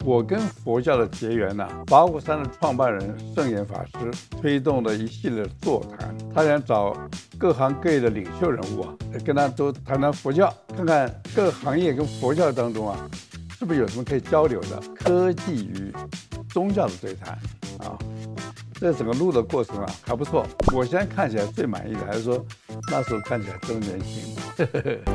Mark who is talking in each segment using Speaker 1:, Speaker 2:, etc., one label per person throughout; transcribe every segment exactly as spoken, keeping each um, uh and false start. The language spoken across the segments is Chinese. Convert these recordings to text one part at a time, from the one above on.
Speaker 1: 我跟佛教的结缘呢、啊，八卦山的创办人圣严法师推动了一系列座谈，他想找各行各业的领袖人物啊，跟他都谈谈佛教，看看各行业跟佛教当中啊，是不是有什么可以交流的科技与宗教的对谈啊。这整个录的过程啊还不错，我现在看起来最满意的还是说那时候看起来真年轻。呵呵呵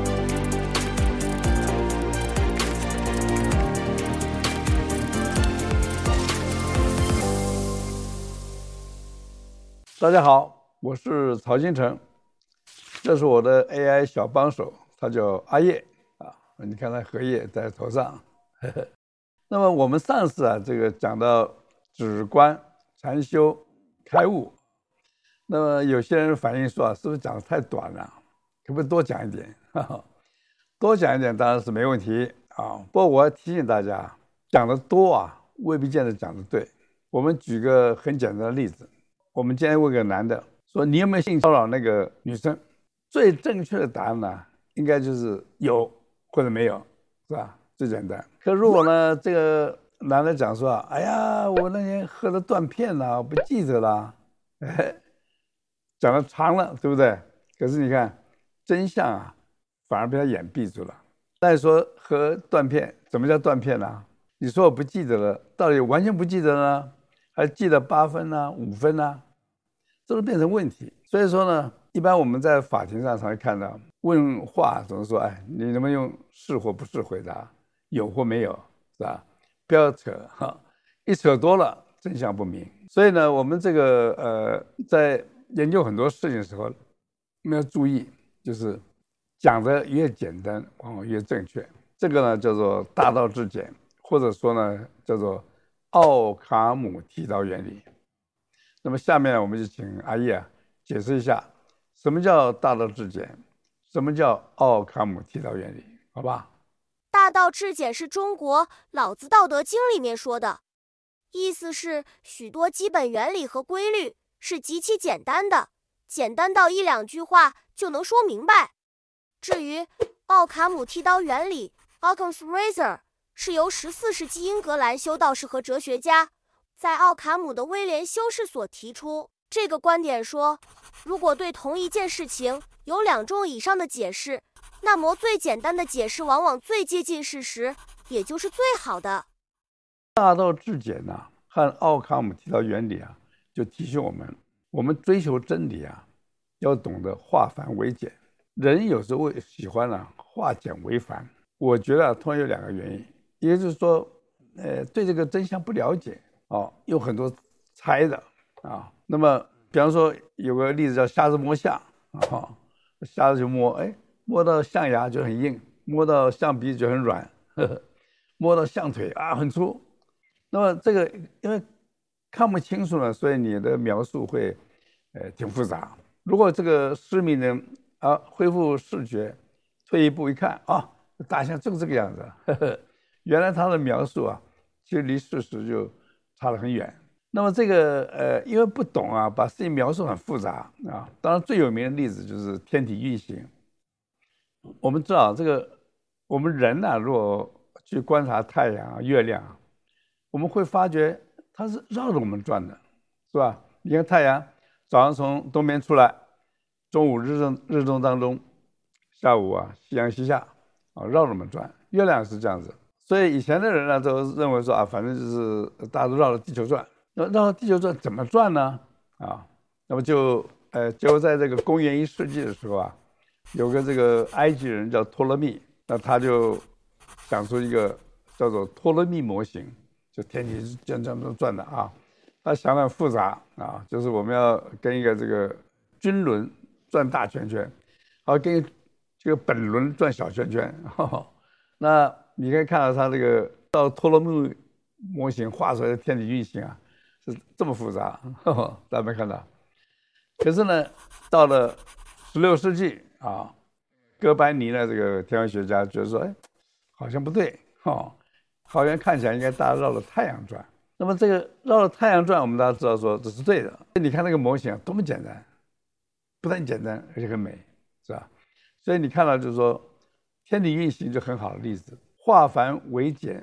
Speaker 1: 大家好，我是曹金城，这是我的 A I 小帮手，他叫阿叶啊，你看他荷叶在头上。呵呵那么我们上次啊，这个讲到止观、禅修、开悟，那么有些人反映说啊，是不是讲得太短了？可不可以多讲一点？呵呵多讲一点当然是没问题啊，不过我要提醒大家，讲得多啊，未必见得讲得对。我们举个很简单的例子。我们今天问个男的说，你有没有性骚扰那个女生？最正确的答案呢，应该就是有或者没有，是吧？最简单。可如果呢，这个男的讲说，哎呀，我那天喝了断片了，我不记得了，哎，讲得长了，对不对？可是你看，真相啊，反而被他掩蔽住了。再说喝断片，什么叫断片呢？你说我不记得了，到底完全不记得呢？还记得八分啊，五分啊，这都变成问题。所以说呢，一般我们在法庭上常会看到问话总是说，哎，你能不能用是或不是回答，有或没有，是吧？不要扯哈，一扯多了真相不明。所以呢，我们这个呃，在研究很多事情的时候，我们要注意，就是讲的越简单，往往越正确。这个呢叫做大道至简，或者说呢叫做奥卡姆剃刀原理。那么下面我们就请阿叶啊解释一下什么叫大道至简，什么叫奥卡姆剃刀原理，好吧？
Speaker 2: 大道至简是中国老子道德经里面说的，意思是许多基本原理和规律是极其简单的，简单到一两句话就能说明白。至于奥卡姆剃刀原理 Occam's Razor是由十四世纪英格兰修道士和哲学家在奥卡姆的威廉修士所提出。这个观点说，如果对同一件事情有两种以上的解释，那么最简单的解释往往最接近事实，也就是最好的。
Speaker 1: 大道至简呢、啊，和奥卡姆剃刀原理啊，就提醒我们，我们追求真理啊，要懂得化繁为简。人有时候会喜欢啊化简为繁，我觉得、啊、通常有两个原因。一个就是说，呃，对这个真相不了解哦，有很多猜的啊。那么，比方说有个例子叫瞎子摸象啊，瞎子就摸，哎，摸到象牙就很硬，摸到象鼻就很软，呵呵摸到象腿啊很粗。那么这个因为看不清楚呢，所以你的描述会呃挺复杂。如果这个失明人啊恢复视觉，退一步一看啊，大象就是这个样子，呵呵原来他的描述啊，其实离事实就差得很远。那么这个呃，因为不懂啊，把事情描述很复杂啊。当然最有名的例子就是天体运行。我们知道这个，我们人呢、啊，如果去观察太阳啊、月亮啊，我们会发觉它是绕着我们转的，是吧？你看太阳早上从东边出来，中午日正日中当中，下午啊夕阳西下啊，绕着我们转。月亮是这样子。所以以前的人呢，都认为说啊，反正就是大家都绕着地球转。那绕着地球转怎么转呢？啊，那么就呃，就在这个公元一世纪的时候啊，有个这个埃及人叫托勒密，那他就想出一个叫做托勒密模型，就天体是这样这样转的啊。他想得很复杂啊，就是我们要跟一个这个均轮转大圈圈，好跟这个本轮转小圈圈。呵呵那你可以看到它这个到托勒密模型画出来的天体运行啊，是这么复杂，呵呵大家没看到？可是呢，到了十六世纪啊，哥白尼呢这个天文学家觉得说，哎，好像不对，哦，好像看起来应该大家绕着太阳转。那么这个绕着太阳转，我们大家知道说这是对的。你看那个模型、啊、多么简单，不但简单，而且很美，是吧？所以你看到就是说。天体运行就很好的例子，化繁为简，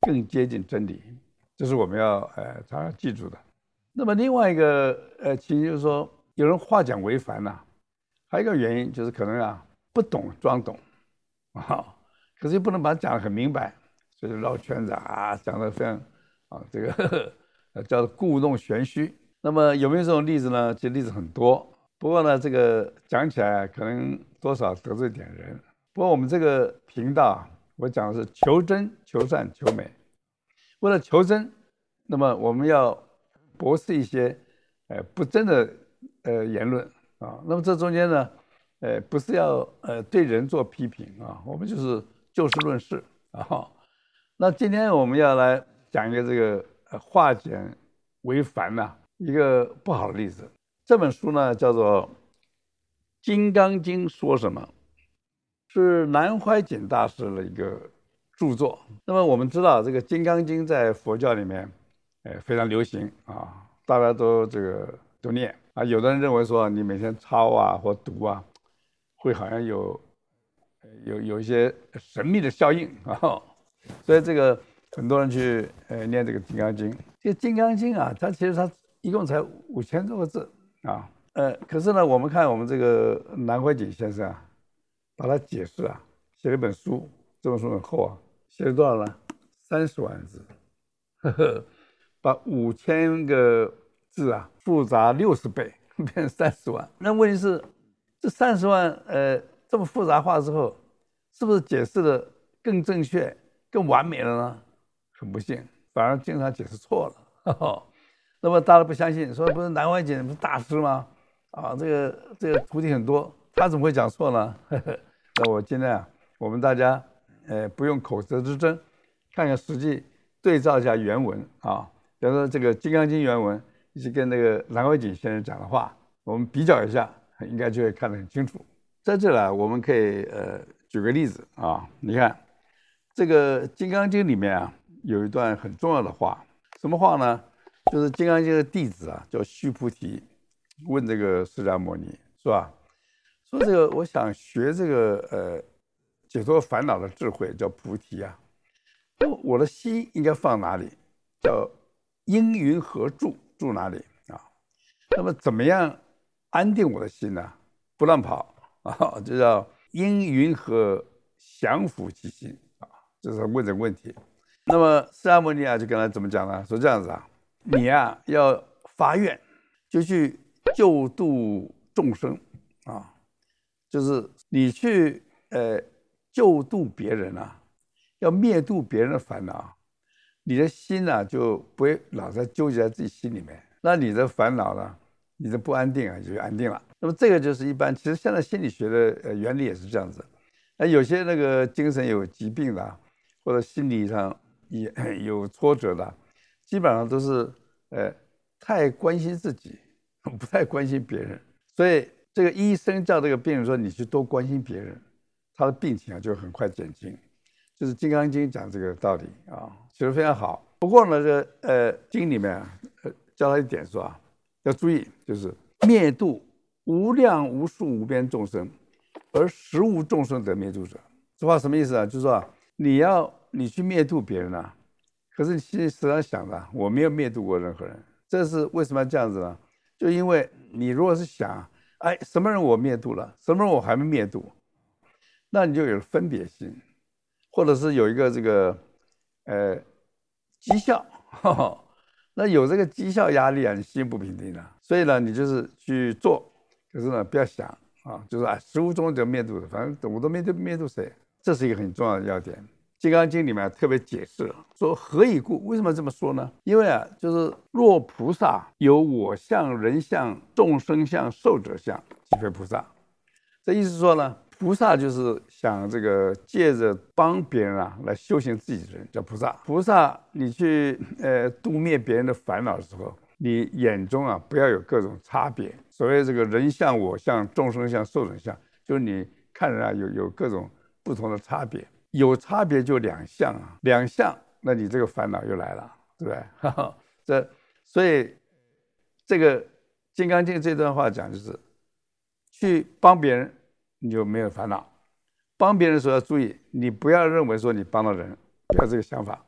Speaker 1: 更接近真理，这是我们要呃常常记住的。那么另外一个呃情形就是说，有人话讲为繁呐、啊，还有一个原因就是可能啊不懂装懂啊，可是又不能把它讲得很明白，所以绕圈子啊，讲得非常啊这个呵呵叫故弄玄虚。那么有没有这种例子呢？其实例子很多，不过呢这个讲起来可能多少得罪点人。不过我们这个频道我讲的是求真、求善、求美。为了求真，那么我们要驳斥一些呃不真的呃言论啊。那么这中间呢，呃不是要呃对人做批评啊，我们就是就事论事啊。那今天我们要来讲一个这个呃化简为繁呐、啊、一个不好的例子。这本书呢叫做《金刚经》说什么，是南怀瑾大师的一个著作。那么我们知道这个《金刚经》在佛教里面呃非常流行啊，大家都这个都念啊。有的人认为说你每天抄啊或读啊，会好像有有有一些神秘的效应啊，所以这个很多人去呃念这个《金刚经》。这个《金刚经》啊，它其实它一共才五千多个字啊，呃，可是呢，我们看我们这个南怀瑾先生啊，把它解释啊，写了一本书，这本书很厚啊，写了多少呢？三十万字，呵呵，把五千个字啊复杂六十倍，变成三十万。那问题是，这三十万呃这么复杂化之后，是不是解释的更正确、更完美了呢？很不幸，反而经常解释错了。呵呵，那么大家不相信，说不是南怀瑾不是大师吗？啊，这个这个徒弟很多，他怎么会讲错呢？呵呵，那我今天啊，我们大家呃不用口舌之争，看看实际对照一下原文啊，比如说这个《金刚经》原文以及跟那个南怀瑾先生讲的话，我们比较一下，应该就会看得很清楚。在这里我们可以呃举个例子啊，你看这个《金刚经》里面啊有一段很重要的话，什么话呢？就是《金刚经》的弟子啊叫须菩提问这个释迦牟尼，是吧？说这个我想学这个呃解脱烦恼的智慧，叫菩提啊。我的心应该放哪里？叫因云何住？住哪里啊？那么怎么样安定我的心呢？不乱跑啊，就叫因云何降伏其心啊，这是问这个问题。那么释迦牟尼啊就跟他怎么讲呢？说这样子啊，你啊要发愿，就去救度众生啊，就是你去呃救度别人啊，要灭度别人的烦恼，你的心呢、啊、就不会老在纠结在自己心里面，那你的烦恼呢，你的不安定啊就安定了。那么这个就是一般，其实现在心理学的呃原理也是这样子。那有些那个精神有疾病的，或者心理上也有挫折的，基本上都是呃太关心自己，不太关心别人。所以这个医生叫这个病人说，你去多关心别人，他的病情啊就很快减轻。就是《金刚经》讲这个道理啊，其实非常好。不过呢，这呃经里面啊，呃教他一点说啊，要注意，就是灭度无量无数无边众生，而实无众生得灭度者。这话什么意思啊？就是说啊，你要你去灭度别人啊，可是你心里时常想的，我没有灭度过任何人。这是为什么要这样子呢？就因为你如果是想，哎，什么人我灭度了，什么人我还没灭度，那你就有分别心，或者是有一个这个呃绩效，呵呵，那有这个绩效压力啊，你心不平定的。所以呢，你就是去做，可是呢不要想啊，就是啊，实无众生得灭度的，反正我都没灭度谁，这是一个很重要的要点。《金刚经》里面特别解释了，说何以故？为什么这么说呢？因为啊，就是若菩萨有我相、人相、众生相、寿者相，即非菩萨。这意思说呢，菩萨就是想这个借着帮别人啊来修行自己的人，叫菩萨。菩萨，你去呃度灭别人的烦恼的时候，你眼中啊不要有各种差别。所谓这个人相、我相、众生相、寿者相，就是你看人啊有有各种不同的差别。有差别就两相啊，两相，那你这个烦恼又来了，对不对？这所以这个《金刚经》这段话讲就是，去帮别人你就没有烦恼。帮别人的时候要注意，你不要认为说你帮了人，不要这个想法。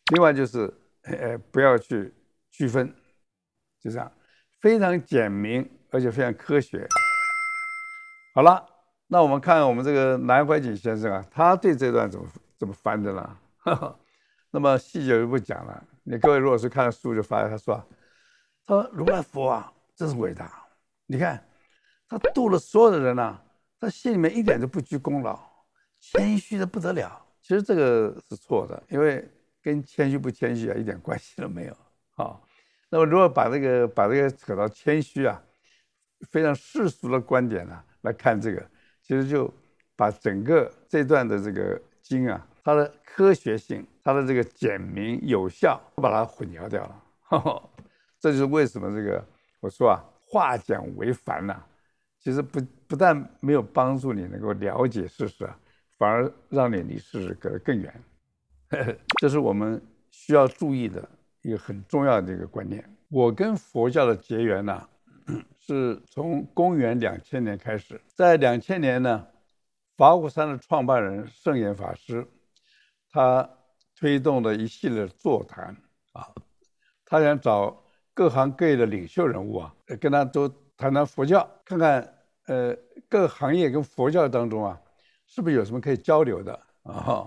Speaker 1: 另外就是呃不要去区分，就这样，非常简明而且非常科学。好了，那我们看我们这个南怀瑾先生啊，他对这段怎么怎么翻的呢？那么细节就不讲了。你各位如果是看书就发现他说，他说如来佛啊，真是伟大。你看他度了所有的人啊，他心里面一点都不居功劳，谦虚的不得了。其实这个是错的，因为跟谦虚不谦虚啊一点关系都没有啊。那么如果把这个把这个扯到谦虚啊，非常世俗的观点呢、啊、来看这个，其实就把整个这段的这个经啊，它的科学性，它的这个简明有效，都把它混淆掉了。呵呵，这就是为什么这个我说啊，化简为繁呐、啊，其实不不但没有帮助你能够了解事实啊，反而让你离事实隔得更远。这是我们需要注意的一个很重要的一个观念。我跟佛教的结缘呢、啊，是从公元两千年开始。在两千年呢，法鼓山的创办人圣严法师，他推动了一系列座谈啊，他想找各行各业的领袖人物啊，跟他都谈谈佛教，看看呃各行业跟佛教当中啊，是不是有什么可以交流的啊？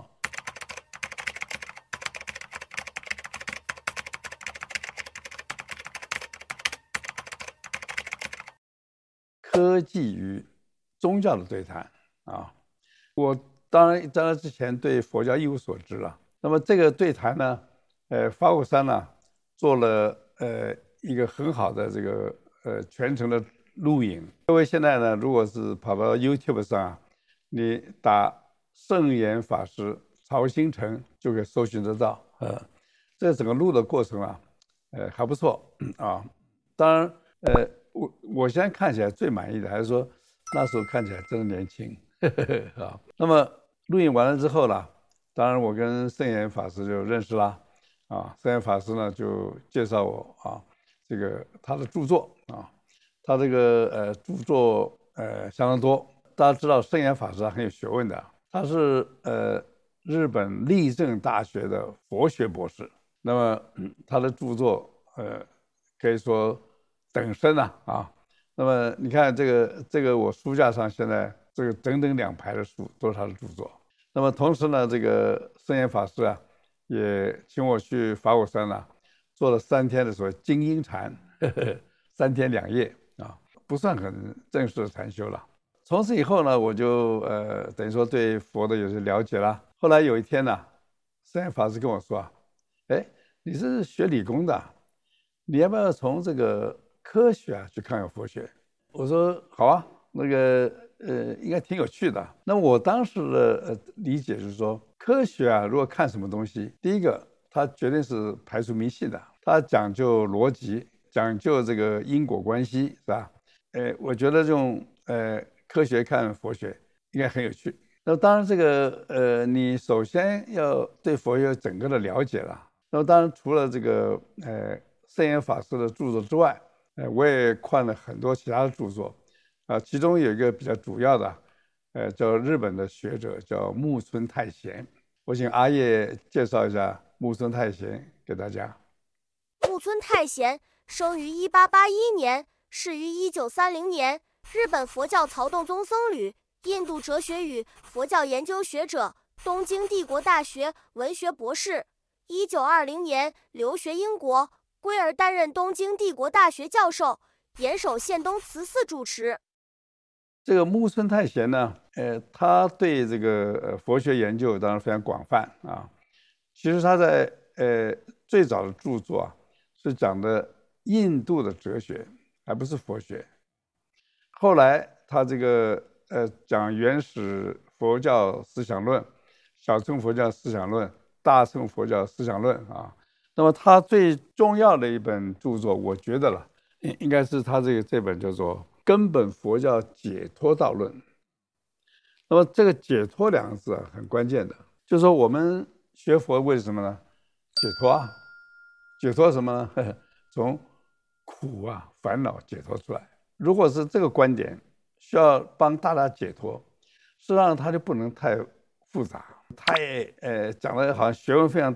Speaker 1: 科技与宗教的对谈啊，我当然在那之前对佛教一无所知了。那么这个对谈呢，呃，法鼓山呢做了呃一个很好的这个呃全程的录影。各位现在呢，如果是跑到 YouTube 上啊，你打圣严法师曹兴诚就可以搜寻得到。呃，这整个录的过程啊，呃还不错啊。当然，呃。我我现在看起来最满意的还是说那时候看起来真的年轻啊。那么录影完了之后呢，当然我跟圣严法师就认识啦啊。圣严法师呢就介绍我啊，这个他的著作啊，他这个呃著作呃相当多。大家知道圣严法师很有学问的，他是呃日本立正大学的佛学博士。那么、嗯、他的著作呃可以说等身啊啊！那么你看这个这个我书架上现在这个整整两排的书都是他的著作。那么同时呢，这个圣严法师啊也请我去法鼓山呢做了三天的所谓精英禅，呵呵，三天两夜啊，不算很正式的禅修了。从此以后呢，我就呃等于说对佛的有些了解了。后来有一天呢，圣严法师跟我说啊，哎，你是学理工的，你要不要从这个科学啊去看看佛学？我说好啊，那个呃应该挺有趣的。那么我当时的呃理解是说，科学啊如果看什么东西，第一个它绝对是排除迷信的，它讲究逻辑，讲究这个因果关系，是吧？呃，我觉得这种呃科学看佛学应该很有趣。那当然这个呃你首先要对佛学整个的了解了。那么当然除了这个呃圣严法师的著作之外，呃，我也看了很多其他的著作，啊、呃，其中有一个比较主要的，呃，叫日本的学者叫木村太贤。我请阿叶介绍一下木村太贤给大家。
Speaker 2: 木村太贤生于一八八一年，逝于一九三零年，日本佛教曹洞宗僧侣，印度哲学与佛教研究学者，东京帝国大学文学博士。一九二零年留学英国，归而担任东京帝国大学教授，严守宪东慈寺住持。
Speaker 1: 这个木村太贤呢，呃，他对这个呃佛学研究当然非常广泛啊。其实他在呃最早的著作啊，是讲的印度的哲学，而不是佛学。后来他这个呃讲原始佛教思想论、小乘佛教思想论、大乘佛教思想论啊。那么他最重要的一本著作，我觉得了，应该是他这个这本叫做《根本佛教解脱道论》。那么这个解脱两个字啊，很关键的，就是说我们学佛为什么呢？解脱啊，解脱什么呢？呵呵，从苦啊烦恼解脱出来。如果是这个观点需要帮大家解脱，实际上它就不能太复杂，太呃讲的好像学问非常大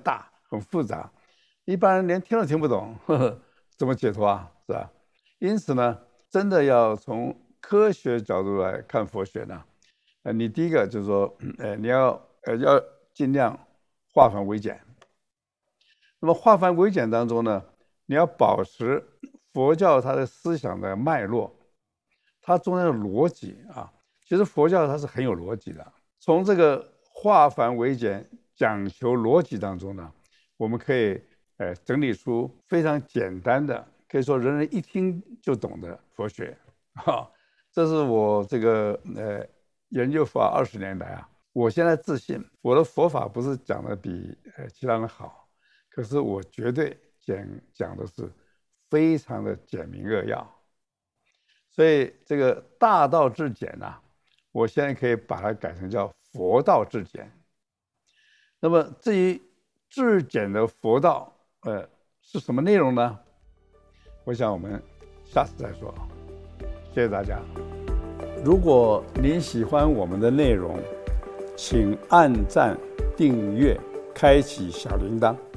Speaker 1: 很复杂，一般人连听都听不懂，呵呵，怎么解脱啊？是吧？因此呢，真的要从科学角度来看佛学呢，呃，你第一个就是说，呃，你要呃要尽量化繁为简。那么化繁为简当中呢，你要保持佛教它的思想的脉络，它中间的逻辑啊，其实佛教它是很有逻辑的。从这个化繁为简、讲求逻辑当中呢，我们可以呃整理出非常简单的，可以说人人一听就懂的佛学。哈，这是我这个呃研究佛法二十年来啊，我现在自信我的佛法不是讲的比呃其他人好，可是我绝对讲讲的是非常的简明扼要。所以这个大道至简啊，我现在可以把它改成叫佛道至简。那么至于至简的佛道，呃，是什么内容呢？我想我们下次再说。谢谢大家。如果您喜欢我们的内容，请按赞、订阅、开启小铃铛。